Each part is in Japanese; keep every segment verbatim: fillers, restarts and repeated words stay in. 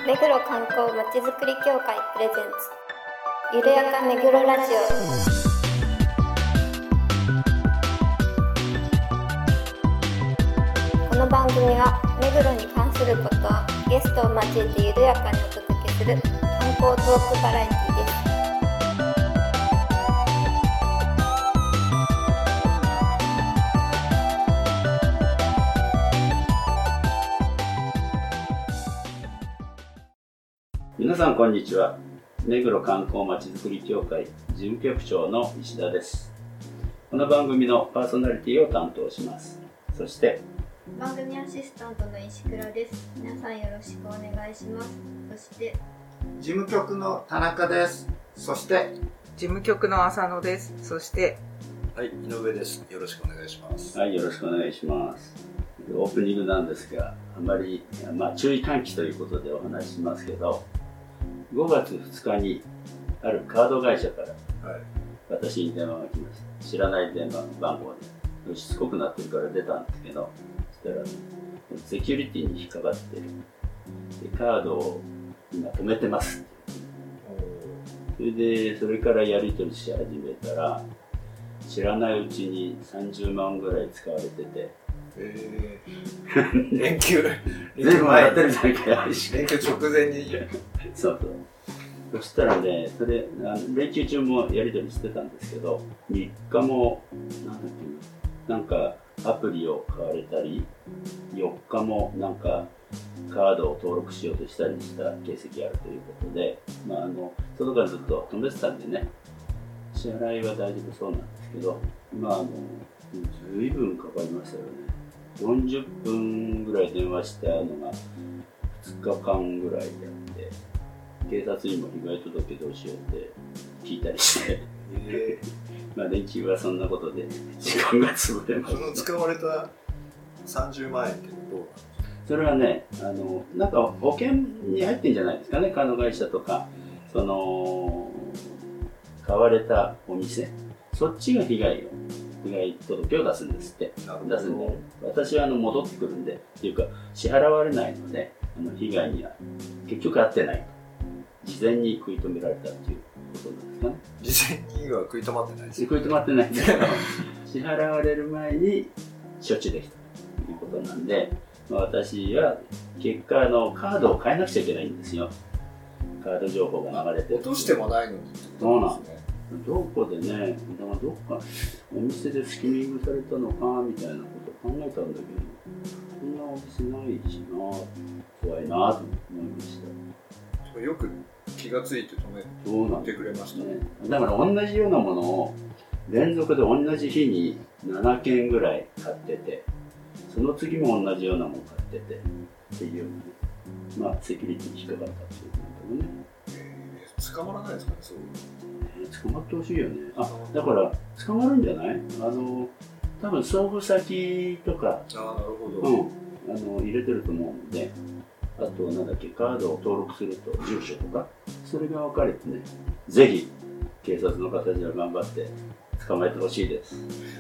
目黒観光まちづくり協会プレゼンツゆるやか目黒ラジオ。この番組は目黒に関することをゲストを交えてゆるやかにお届けする観光トークバラエティです。 皆さんこんにちは。目黒観光まちづくり協会事務局長の石田です。この番組のパーソナリティを担当します。そして番組アシスタントの石倉です。皆さんよろしくお願いします。そして事務局の田中です。そして事務局の浅野です。そしてはい、井上です。よろしくお願いします。 はい、よろしくお願いします。オープニングなんですが、あまり、まあ、注意喚起ということでお話ししますけど、ごがつふつかにあるカード会社から私に電話が来ました。知らない電話番号でしつこくなってるから出たんですけど、そしたらセキュリティに引っかかってるでカードを今止めてますって。それでそれからやり取りし始めたら、知らないうちにさんじゅうまんぐらい使われてて、 えー、連休全部やってるじゃんかよ。 連休直前にそうそう。そしたらね、それあの連休中もやり取りしてたんですけど、みっかもなんだっけな、なんかアプリを買われたり、よっかもなんかカードを登録しようとしたりした形跡あるということで、まああのその間ずっと止めてたんでね、支払いは大丈夫そうなんですけど、まああのずいぶんかかりましたよね。よんじゅっぷんぐらい電話したのがふつかかんぐらいやって、警察にも被害届どうしようって聞いたりして、えー、まあ連休はそんなことで時間が潰れました。 その使われたさんじゅうまんえんってどうなんですか？ それはね、あのなんか保険に入ってんじゃないですかね、カード会社とか、その買われたお店、そっちが被害を被害届を出すんですって。出すんで、私はあの戻ってくるんで、っていうか支払われないので、あの被害には結局遭ってないと。事前に食い止められたっていうことなんですかね。 事前には食い止まってないです。 食い止まってないんだけど、支払われる前に処置できたということなんで、まあ、私は結果あのカードを変えなくちゃいけないんですよ。カード情報が流れてる。 落としてもないのに。 そうなんですね。どこでね、だからどっかお店でスキミングされたのかみたいなことを考えたんだけど、そんなお店ないしな、怖いなと思いました。 よく気がついて止めてくれましたね。 だから同じようなものを連続で同じ日にななけんぐらい買ってて、その次も同じようなもの買っててっていう、まあセキュリティに引っかかったっていうことね。 えー、捕まらないですかね、そういうの。 捕まってほしいよね。あ、だから捕まるんじゃない？あの多分送付先とか、 あ、なるほど、 うん、あの入れてると思うので、あとなんだっけ、カードを登録すると住所とかそれが分かれてね、ぜひ警察の方たちは頑張って捕まえてほしいです。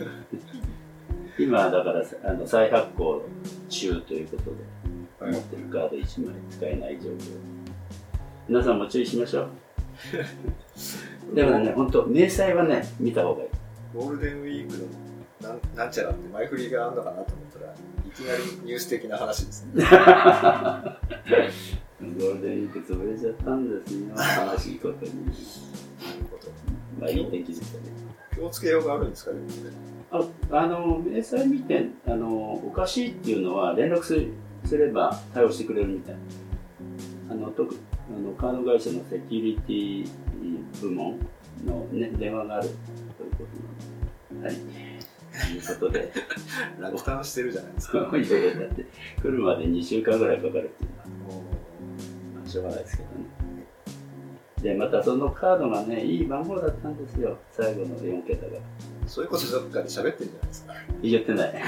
今だからあの再発行中ということで、はい、持ってるカードいちまい使えない状況。皆さんも注意しましょう。でもね、本当明細はね見た方がいい。 ゴールデンウィークの なん, なんちゃらって前振りがあるのかなと思ったら、いきなりニュース的な話ですね。 ゴールデンウィーク潰れちゃったんですよ、悲しいことに。なるほど。まあいい天気でしたね。 気をつけようがあるんですかね。 あ, あの明細見てあのおかしいっていうのは連絡すれば対応してくれるみたいな。あの特あのカード会社のセキュリティ部門の、ね、電話があるということなので、はい、ということで落胆してるじゃないですか。 いやいや、だって来るまでにしゅうかんぐらいかかるっていうのは、まあ、しょうがないですけどね。でまたそのカードがね、いい番号だったんですよ、最後のよんけたが。 そういうことどっかで喋ってるんじゃないですか。 言ってない。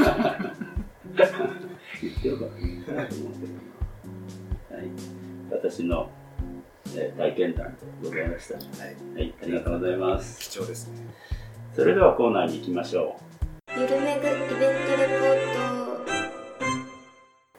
言ってるからいいかなと思ってるな。はい、私の、えー、体験談でございました。はい、はい、ありがとうございます。 貴重ですね。 それではコーナーに行きましょう。ゆるめぐイベントレポート。今回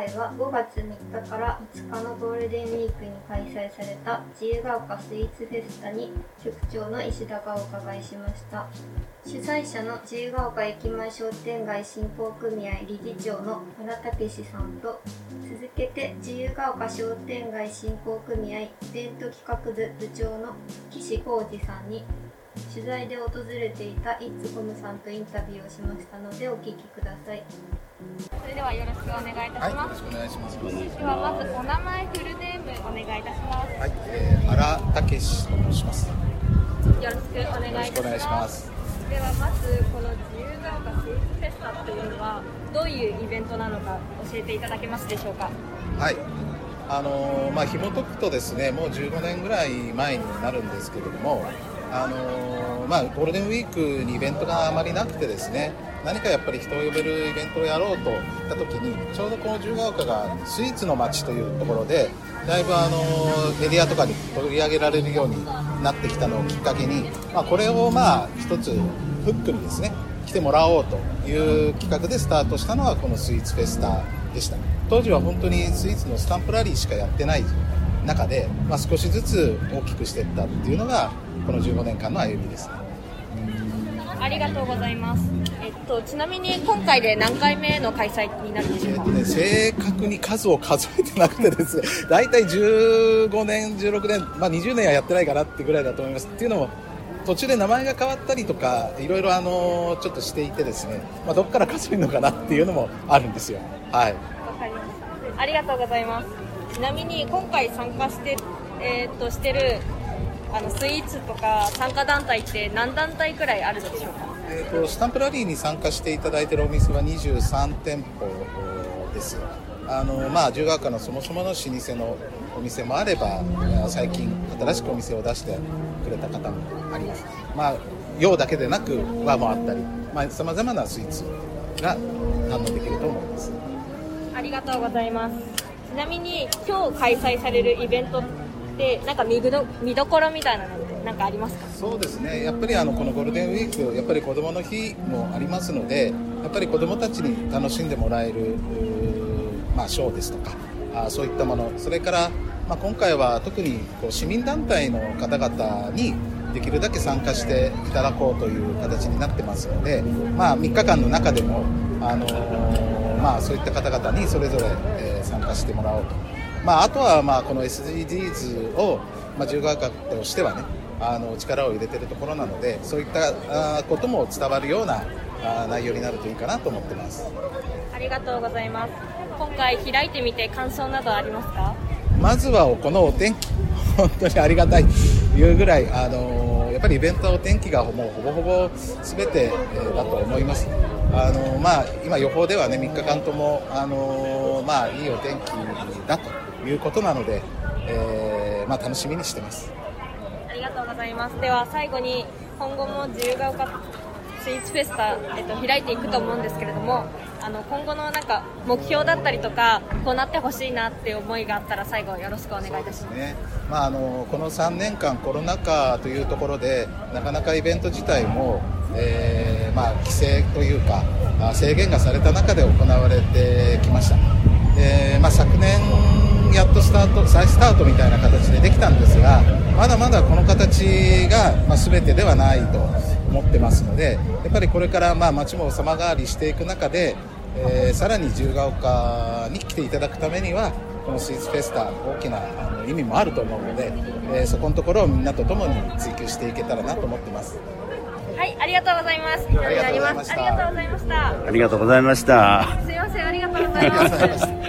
回はごがつみっかからいつかのゴールデンウィークに開催された自由が丘スイーツフェスタに局長の石田がお伺いしました。主催者の自由が丘駅前商店街振興組合理事長の原武史さんと、続けて自由が丘商店街振興組合イベント企画部部長の岸浩二さんに取材で訪れていたイッツコムさんとインタビューをしましたのでお聞きください。それではよろしくお願いいたします。 はい、よろしくお願いします。 ではまずお名前フルネームお願いいたします。 はい、えー、原武史と申します。 よろしくお願いいたします。 よろしくお願いします。 ではまずこの自由が丘スイーツフェスタというのはどういうイベントなのか教えていただけますでしょうか。 はい、あのー、まあ紐解くとですね、もうじゅうごねんぐらい前になるんですけれども、あのー、まあゴールデンウィークにイベントがあまりなくてですね、何かやっぱり人を呼べるイベントをやろうといった時に、ちょうどこの自由が丘がスイーツの街というところでだいぶあのメディアとかに取り上げられるようになってきたのをきっかけに、まあ、これをまあ一つフックにですね来てもらおうという企画でスタートしたのがこのスイーツフェスタでした。当時は本当にスイーツのスタンプラリーしかやってない中で、まあ、少しずつ大きくしていったっていうのがこのじゅうごねんかんの歩みです。 ありがとうございます。えっと、ちなみに今回で何回目の開催になるんでしょうか。 えっとね、正確に数を数えてなくてですね、だいたいじゅうごねんじゅうろくねん、まあ、にじゅうねんはやってないかなってぐらいだと思います。っていうのも途中で名前が変わったりとかいろいろあのちょっとしていてですね、まあ、どこから数えるのかなっていうのもあるんですよ。はい、 わかりました。ありがとうございます。ちなみに今回参加して、えー、っとしてるあのスイーツとか参加団体って何団体くらいあるのでしょうか。 えー、とスタンプラリーに参加していただいているお店はにじゅうさんてんぽですよ。あの、まあ、自由が丘のそもそもの老舗のお店もあれば、最近新しくお店を出してくれた方もあります。まあ、洋だけでなく和もあったり、まあ、様々なスイーツが堪能できると思います。 ありがとうございます。ちなみに今日開催されるイベントでなんか見ど、見どころみたいなのって何かありますか。 そうですね、やっぱりあのこのゴールデンウィークやっぱり子どもの日もありますので、やっぱり子どもたちに楽しんでもらえる、まあ、ショーですとかあそういったもの、それから、まあ、今回は特にこう市民団体の方々にできるだけ参加していただこうという形になってますので、まあ、みっかかんの中でも、あのーまあ、そういった方々にそれぞれ、えー、参加してもらおうと。まあ、あとはまあこの エスディージーズ を、まあ、自由が丘としてはねあの力を入れているところなので、そういったことも伝わるような内容になるといいかなと思ってます。 ありがとうございます。今回開いてみて感想などありますか。 まずはこのお天気本当にありがたいというぐらい、あのやっぱりイベントはお天気がもうほぼほぼ全てだと思います。あのまあ、今予報ではねみっかかんとも、あのまあ、いいお天気だということなので、えーまあ、楽しみにしてます。 ありがとうございます。では最後に今後も自由が丘スイーツフェスタ、えっと、開いていくと思うんですけれども、あの今後のなんか目標だったりとかこうなってほしいなっていう思いがあったら最後よろしくお願いいたします。 ね、まあ、あのこのさんねんかんコロナ禍というところでなかなかイベント自体も、えーまあ、規制というか制限がされた中で行われてきました。で、まあ、昨年やっとスタート再スタートみたいな形でできたんですが、まだまだこの形が、まあ、全てではないと思ってますので、やっぱりこれからまあ街も様変わりしていく中で、えー、さらに自由が丘に来ていただくためにはこのスイーツフェスタ大きなあの意味もあると思うので、えー、そこのところをみんなと共に追求していけたらなと思ってます。 はい、ありがとうございます。 ありがとうございました。 ありがとうございました。 ありがとうございました。 すいません、ありがとうございます。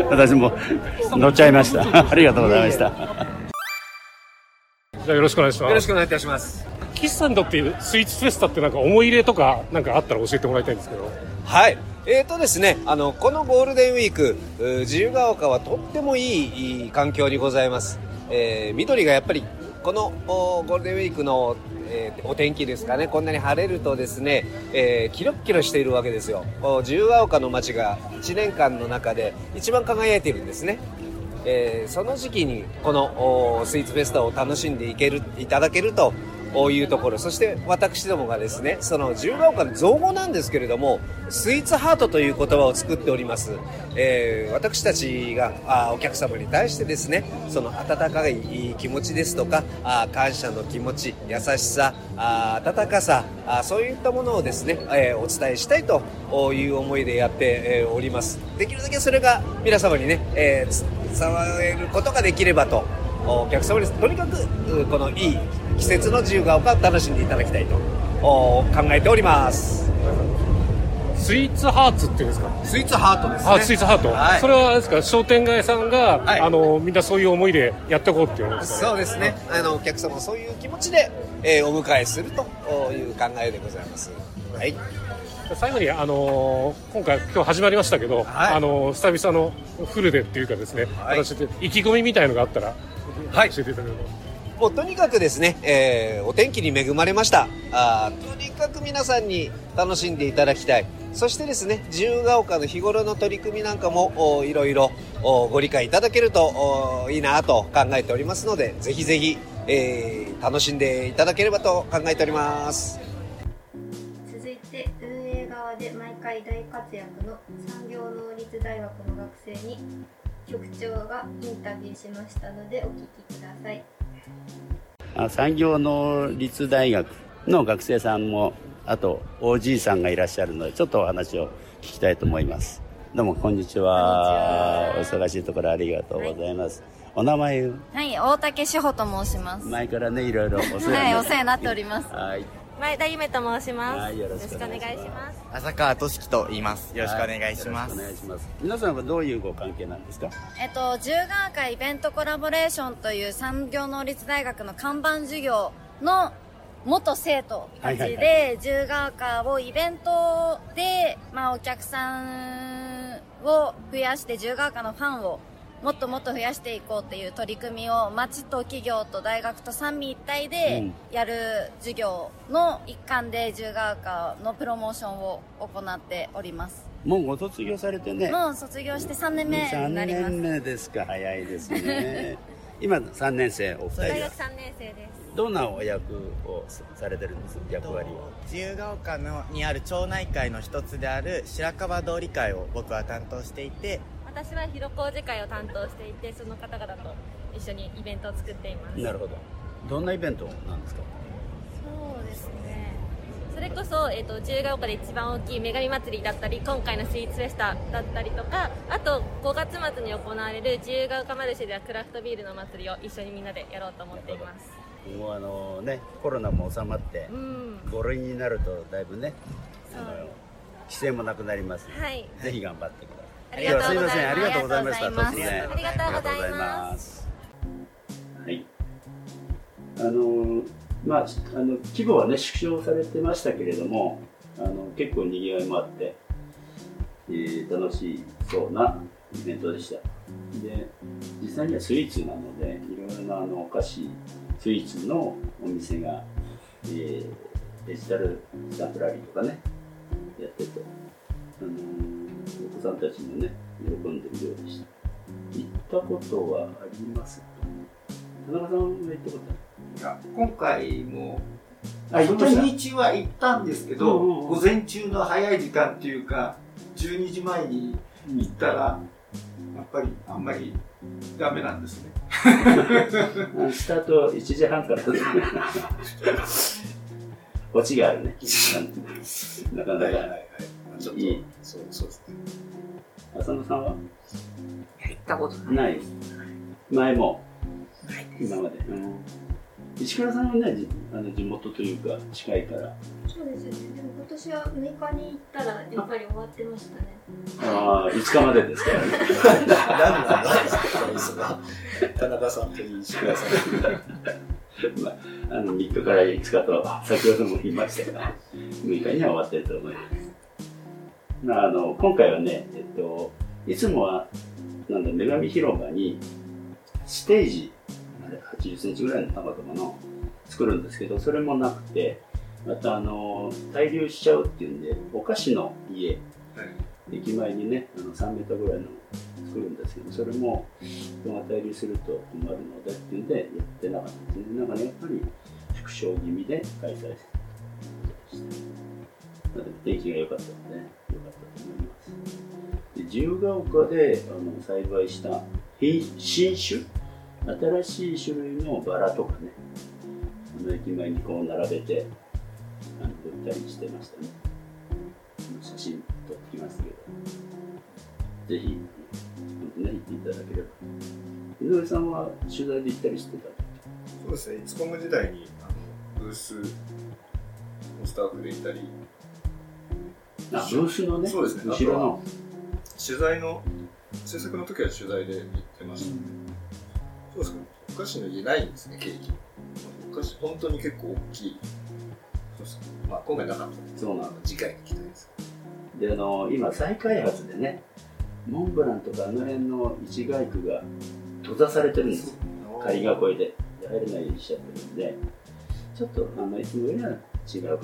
私も乗っちゃいました。ありがとうございました。 じゃあよろしくお願いします。 よろしくお願いいたします。 岸さんにとってスイーツフェスタってなんか思い入れとかなんかあったら教えてもらいたいんですけど。 はい。えーとですね、あのこのゴールデンウィーク自由が丘はとってもいい、いい環境にございます。えー、緑がやっぱりこのゴールデンウィークのえー、お天気ですかね、こんなに晴れるとですね、えー、キロッキロしているわけですよ。自由が丘の街がいちねんかんの中で一番輝いているんですね。えー、その時期にこのスイーツフェスタを楽しんでいけるいただけるというところ、そして私どもがですね、その自由が丘の造語なんですけれども、スイーツハートという言葉を作っております。えー、私たちがあお客様に対してですね、その温かい気持ちですとか、あ感謝の気持ち、優しさ、あ温かさ、あそういったものをですね、えー、お伝えしたいという思いでやって、えー、おります。できるだけそれが皆様にね、えー、伝わることができればと、お客様にとにかくこのいい季節の自由が丘を楽しんでいただきたいと考えております。 スイーツハーツっていうんですか？ スイーツハートですね。 あ、スイーツハート、はい、それはあれですか、商店街さんが、はい、あのみんなそういう思いでやっていこうっていうのですかね？ そうですね、あのお客様そういう気持ちで、えー、お迎えするという考えでございます。はい、 最後に、あのー、今回今日始まりましたけど、はい、あのー、久々のフルでっていうかですね、はい、私で意気込みみたいのがあったら、はい、教えていただければ。 もうとにかくですね、えー、お天気に恵まれました。あとにかく皆さんに楽しんでいただきたい。そしてですね、自由が丘の日頃の取り組みなんかもいろいろご理解いただけるといいなと考えておりますので、ぜひぜひ、えー、楽しんでいただければと考えております。 続いて運営側で毎回大活躍の産業能率大学の学生に局長がインタビューしましたのでお聞きください。 あ産業能率大学の学生さんも、あと オージー さんがいらっしゃるので、ちょっとお話を聞きたいと思います。どうもこんにちは。お忙しいところありがとうございます。はい、お名前を。 はい、大竹志保と申します。 前からね、いろいろお世話になって、 はい、お世話になっております。 はい。 前田ゆめと申します。 はい、よろしくお願いします。 浅川俊樹と言います。よろしくお願いします。 はい、よろしくお願いします。皆さんはどういうご関係なんですか？ えっと、自由が丘イベントコラボレーションという産業能率大学の看板授業の元生徒たちで、はいはいはい、自由が丘をイベントで、まあ、お客さんを増やして自由が丘のファンをもっともっと増やしていこうっていう取り組みを町と企業と大学と三位一体でやる授業の一環で自由が丘のプロモーションを行っております。 もうご卒業されてね。 もう卒業してさんねんめになります。 さんねんめですか。早いですね。今さんねん生お二人。 大学さんねん生です。 どんなお役をされてるんですか？役割を。 自由が丘のにある町内会の一つである白樺通り会を僕は担当していて、 私は広小路会を担当していて、その方々と一緒にイベントを作っています。 なるほど。どんなイベントなんですか？ そうですね、それこそ、えーと、自由が丘で一番大きい女神祭りだったり、今回のスイーツフェスタだったりとか、あとごがつ末に行われる自由が丘マルシェではクラフトビールの祭りを一緒にみんなでやろうと思っています。 もうあのね、コロナも収まってご類になるとだいぶね、あの規制もなくなりますので、はい、ぜひ頑張ってください。 ありがとうございます。 すいません、ありがとうございました。 ありがとうございます。ありがとうございます。 はい。あのまああの規模はね縮小されてましたけれども、あの結構賑わいもあって、えー、楽しいそうなイベントでした。で、実際にはスイーツなので、いろいろなあのお菓子、スイーツのお店が、えー、デジタルスタンプラリーとかねやってて、あのお子さんたちもね喜んでるようでした。行ったことはありますか？田中さんは行ったことある？ いや、今回も初日は行ったんですけど、うんうんうん、午前中の早い時間っていうかじゅうにじまえに行ったら、やっぱりあんまりダメなんですね。 スタートいちじはんからですね。オチがあるね。なかなかいい。 そうそうですね。 浅野さんは？ 行ったことない。 ない。前も。今まで。うん、石倉さんはね、あの地元というか近いから。 そうですよね。でも今年はむいかに行ったらやっぱり終わってましたね。 ああ、いつかまでですからね。 何なんですか？田中さんと石倉さん。 まあ、あのみっかからいつかと先ほども言いましたが、むいかには終わってると思います。まあ、あの今回はね、えっといつもはなんだ女神広場にステージはちじゅっセンチぐらいの高さかな作るんですけど、それもなくて、またあの滞留しちゃうっていうんで、お菓子の家、はい、駅前にねあのさんメートルぐらいの作るんですけど、それも人が滞留すると困るのでっていうんでやってなかったんですね。なんかね、やっぱり縮小気味で開催しました。天気が良かったので、ね、良かったと思います。で自由が丘であの栽培した新種、新しい種類のバラとかね、あの駅前にこう並べてあの売ったりしてましたね。写真撮ってきましたけど、ぜひ本当ね行っていただければ。井上さんは取材で行ったりしてた？ そうですね、イツコム時代にあのブースのスタッフでいたり、 あ、ブースのね、 そうですね、 後ろの取材の制作の時は取材で行ってました、ね、うん、そうですね、お菓子の家ないんですね、ケーキ。お菓子本当に結構大きい。そうですね、まあ今回なかったんで、 そうなん次回に行きたいです。 で、あの今再開発でね、モンブランとかあの辺の市街区が閉ざされてるんですよ。仮囲いで入れないようにしちゃってるんで、ちょっとあのいつもよりは違う雰囲気ですよね。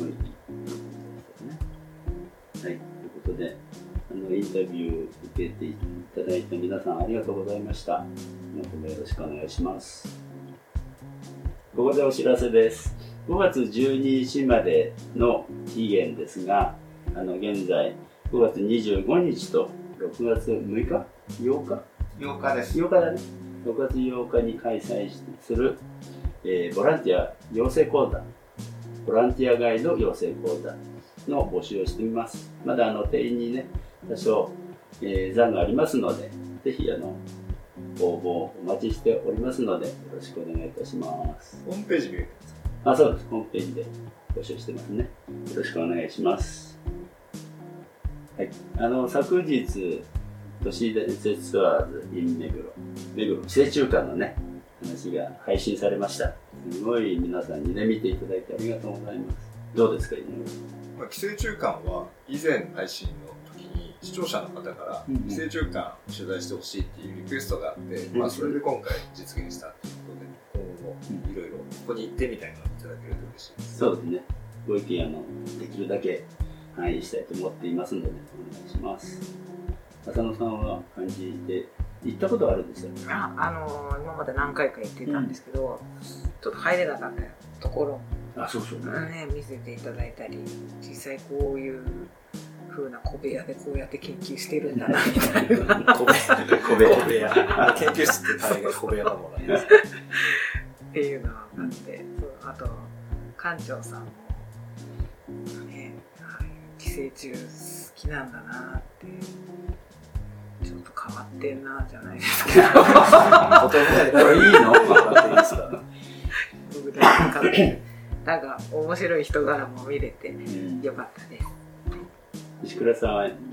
はい、ということで、あのインタビュー受けていただいた皆さんありがとうございました。またよろしくお願いします。ここでお知らせです。ごがつじゅうににちまでの期限ですが、あの現在ごがつにじゅうごにちとろくがつむいか、ようか、 ようかです。 ようかだね。ろくがつようかに開催する、えー、ボランティア養成講座、ボランティアガイド養成講座の募集をしてみます。まだあの定員にね、多少、えー、残がありますので、ぜひあの応募お待ちしておりますので、よろしくお願いいたします。 ホームページ見るんですか？あ、そうです。ホームページで募集してますね。よろしくお願いします。はい、あの昨日都市伝説ツアーズ in 目黒、目黒寄生虫館のね話が配信されました。すごい皆さんにね見ていただいてありがとうございます。どうですか、井上さん。 まあ、寄生虫館は以前配信の時に視聴者の方から寄生虫館取材してほしいっていうリクエストがあって、うん、まあそれで今回実現したということで、今後もいろいろここに行ってみたいなのをいただけると嬉しいです。 そうですね。ご意見あのできるだけ反映したいと思っていますのでお願いします。浅野さんは感じて行ったことあるんですよ。 あ、あのー、今まで何回か行ってたんですけど、うん、ちょっと入れなかったところ、 あ、そうそうね、見せていただいたり、実際こういう風な小部屋でこうやって研究してるんだなみたいな。 小部屋、小部屋、小部屋。研究室って大概小部屋だもんね。 っていうのがあって、そう、あと館長さんもね、寄生虫好きなんだなって。ちょっと変わってんなじゃないですけど。言葉でこれいいの？ 僕大好きかって、なんか面白い人柄も見れてよかったです。 石倉さんはどうです？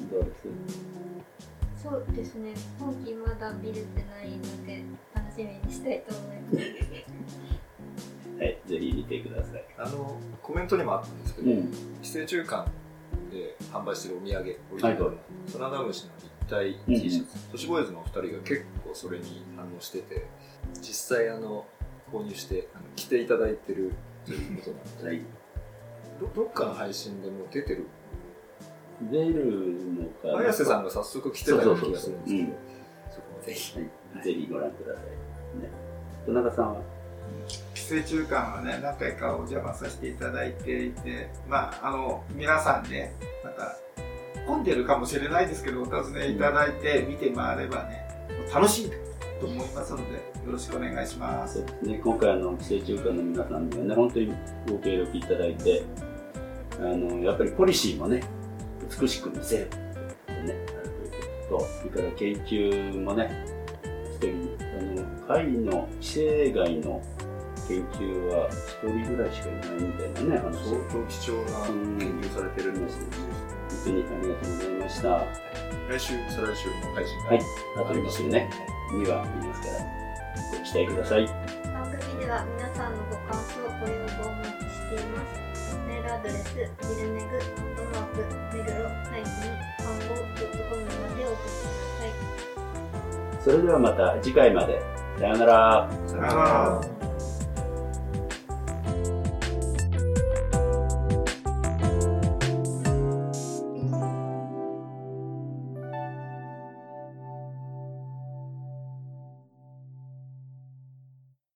そうですね。今期まだ見れてないので楽しみにしたいと思います。 はい、ぜひ見てください。 あのコメントにもあったんですけど、うん、寄生虫館で販売してるお土産、オリジナルのサナダムシの立体 T シャツ、都市ボーイズのお二人が結構それに反応してて、実際あの購入してあの着ていただいてるということなので、はい、ど, どっかの配信でも出てる出るのか、 綾瀬さんが早速着てたような気がするんですけど、 そこもぜひ、はい、ぜひご覧ください、ね、田中さんは寄生虫館はね、何回かお邪魔させていただいていて、まあ、あの皆さんね、また混んでるかもしれないですけど、お尋ねいただいて見て回ればね、楽しいと思いますので、よろしくお願いします。 そうですね、今回あの寄生虫館の皆さんにはね、本当にご協力いただいて、あのやっぱりポリシーもね、美しく見せるということでね、あるということと、それから研究もね、一人、あの会の寄生害の研究は一人ぐらいしかいないみたいなね、あの相当貴重な研究されてるんですけど、 本当にありがとうございました。 来週、再来週の配信が、 はい、あとに週ね、には見ますから、ご期待ください。 番組では皆さんのご感想、ご要望をお待ちしています。メールアドレス、ビルメグ、アットマーク、メグロ、ハイフン、看護、ドットコムまでお送りください。 それではまた次回まで。さようなら。 さようなら。